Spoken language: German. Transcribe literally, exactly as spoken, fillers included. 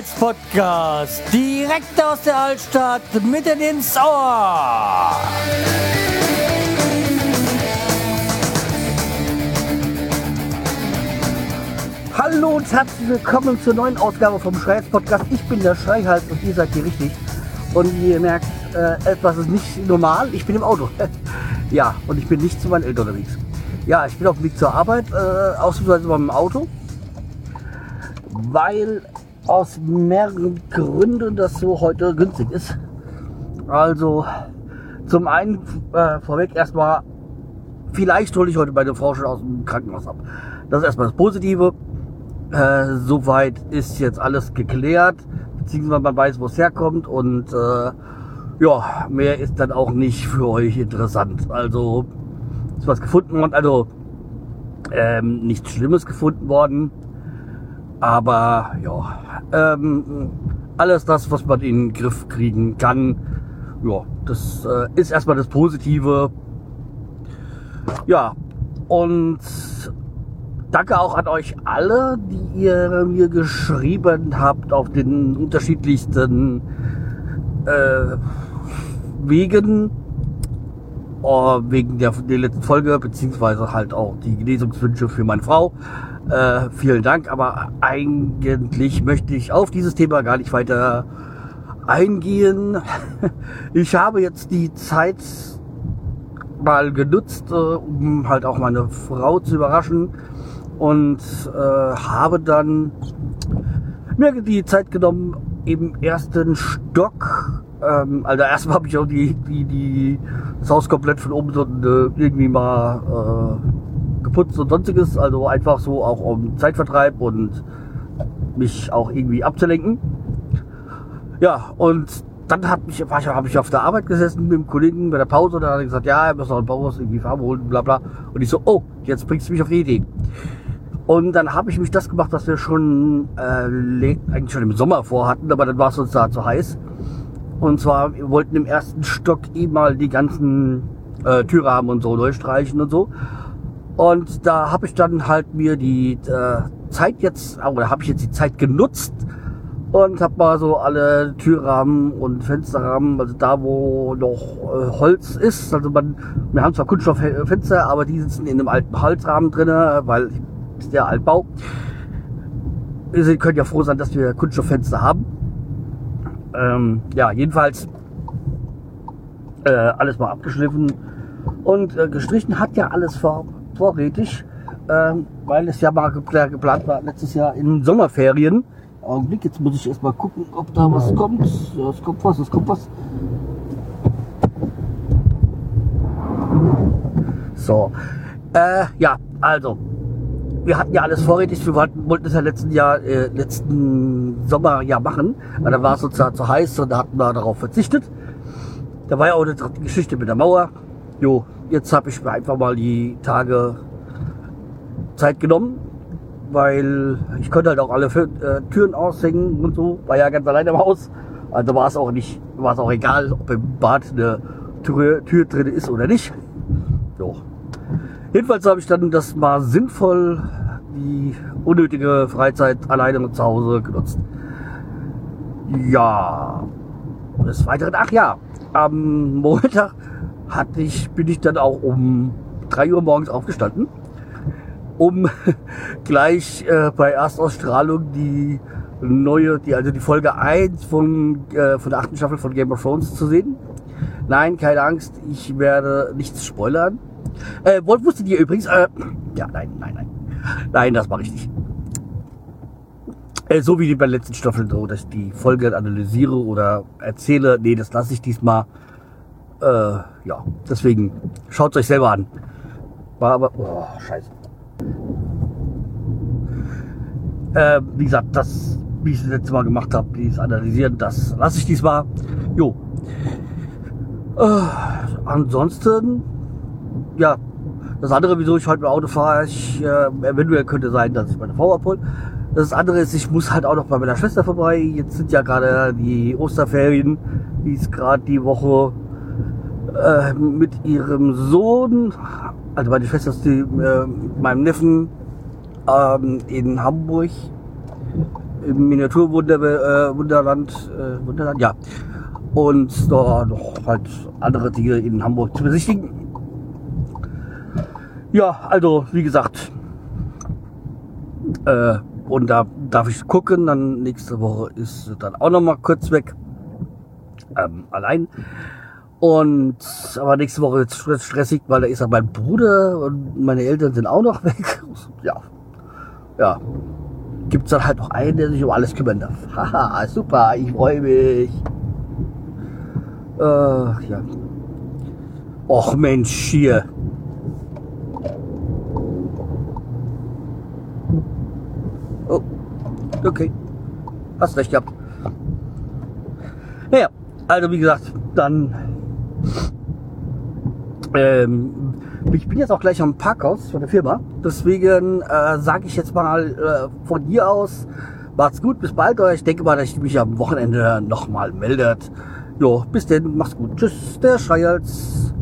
Schreihals Podcast, direkt aus der Altstadt, mitten ins Ohr. Hallo und herzlich willkommen zur neuen Ausgabe vom Schreihals Podcast. Ich bin der Schreihals und ihr seid hier richtig. Und wie ihr merkt, äh, etwas ist nicht normal. Ich bin im Auto. Ja, und ich bin nicht zu meinen Eltern unterwegs. Ja, ich bin auf dem Weg zur Arbeit, äh, ausnahmsweise beim Auto. Weil aus mehreren Gründen das so heute günstig ist. Also zum einen äh, vorweg erstmal, vielleicht hole ich heute meine Frau schon aus dem Krankenhaus ab. Das ist erstmal das Positive. Äh, soweit ist jetzt alles geklärt, beziehungsweise man weiß, wo es herkommt und äh, ja, mehr ist dann auch nicht für euch interessant. Also ist was gefunden worden, also ähm, nichts Schlimmes gefunden worden. Aber ja, ähm, alles das, was man in den Griff kriegen kann, ja, das äh, ist erstmal das Positive. Ja, und danke auch an euch alle, die ihr mir geschrieben habt auf den unterschiedlichsten äh, Wegen, oh, wegen der, der letzten Folge, beziehungsweise halt auch die Genesungswünsche für meine Frau. Äh, vielen Dank, aber eigentlich möchte ich auf dieses Thema gar nicht weiter eingehen. Ich habe jetzt die Zeit mal genutzt, äh, um halt auch meine Frau zu überraschen und äh, habe dann mir die Zeit genommen im ersten Stock. Ähm, also erstmal habe ich auch die, die, die, das Haus komplett von oben so, äh, irgendwie mal äh, geputzt und sonstiges, also einfach so auch um Zeitvertreib und mich auch irgendwie abzulenken. Ja, und dann hat mich, war ich, habe ich auf der Arbeit gesessen mit dem Kollegen bei der Pause, da hat er gesagt, ja, er muss noch ein Bauhaus irgendwie Farbe holen, bla bla. Und ich so, oh, jetzt bringst du mich auf die Idee. Und dann habe ich mich das gemacht, was wir schon äh, eigentlich schon im Sommer vorhatten, aber dann war es uns da zu heiß. Und zwar, wir wollten im ersten Stock eh mal die ganzen äh, Türrahmen und so neu streichen und so. Und da habe ich dann halt mir die äh, Zeit jetzt, oder habe ich jetzt die Zeit genutzt und habe mal so alle Türrahmen und Fensterrahmen, also da wo noch äh, Holz ist, also man, wir haben zwar Kunststofffenster, aber die sitzen in einem alten Holzrahmen drin, weil ist der Altbau. Sie können ja froh sein, dass wir Kunststofffenster haben. Ähm, ja, jedenfalls äh, alles mal abgeschliffen und äh, gestrichen hat ja alles vor, vorrätig, ähm, weil es ja mal geplant war letztes Jahr in Sommerferien. Augenblick, jetzt muss ich erst mal gucken, ob da was kommt. Es kommt was, es kommt was. So, äh, ja, also wir hatten ja alles vorrätig, wir wollten, wollten es ja letzten Jahr, äh, letzten Sommer ja machen, aber dann war es sozusagen zu heiß und da hatten wir darauf verzichtet. Da war ja auch eine Geschichte mit der Mauer. Jo, jetzt habe ich mir einfach mal die Tage Zeit genommen, weil ich konnte halt auch alle äh, Türen aushängen und so, war ja ganz alleine im Haus. Also war es auch nicht, war es auch egal, ob im Bad eine Tür, Tür drin ist oder nicht. Jo. Jedenfalls habe ich dann das mal sinnvoll, die unnötige Freizeit alleine zu Hause genutzt. Ja, des Weiteren, ach ja, am Montag hatte ich, bin ich dann auch um drei Uhr morgens aufgestanden, um gleich äh, bei Erstausstrahlung die neue, die, also die Folge eins von, äh, von der achten Staffel von Game of Thrones zu sehen. Nein, keine Angst, ich werde nichts spoilern. Äh, wusstet ihr übrigens, äh, ja, nein, nein, nein, nein, das mache ich nicht. Äh, so wie bei der letzten Staffel, so, dass ich die Folge analysiere oder erzähle, nee, das lasse ich diesmal. Äh, ja, deswegen, schaut es euch selber an. War aber, oh, scheiße. Äh, wie gesagt, das, wie ich es das letzte Mal gemacht habe, dieses Analysieren, das lasse ich diesmal. Jo. Äh, ansonsten, ja, das andere, wieso ich heute mit dem Auto fahre, ich, äh, eventuell könnte sein, dass ich meine Frau abhole. Das andere ist, ich muss halt auch noch bei meiner Schwester vorbei. Jetzt sind ja gerade die Osterferien, die ist gerade die Woche äh, mit ihrem Sohn, also meine Schwester ist die, äh, mit meinem Neffen ähm, in Hamburg. im Miniaturwunderland, äh, Wunderland, äh, Wunderland, ja. Und da noch halt andere Dinge in Hamburg zu besichtigen. Ja, also wie gesagt, äh, und da darf ich gucken. Dann nächste Woche ist dann auch noch mal kurz weg, ähm, allein. Und aber nächste Woche wird es stressig, weil da ist ja mein Bruder und meine Eltern sind auch noch weg. Ja, ja, gibt's dann halt noch einen, der sich um alles kümmern darf. Haha, super, ich freue mich. Äh, ja. Och Mensch, hier. Oh, okay. Hast recht gehabt. Naja, also wie gesagt, dann ähm, ich bin jetzt auch gleich am Parkhaus von der Firma. Deswegen äh, sage ich jetzt mal äh, von hier aus, macht's gut, bis bald. Ich denke mal, dass ich mich am Wochenende nochmal meldet. Jo, bis denn, macht's gut. Tschüss, der Schreihals.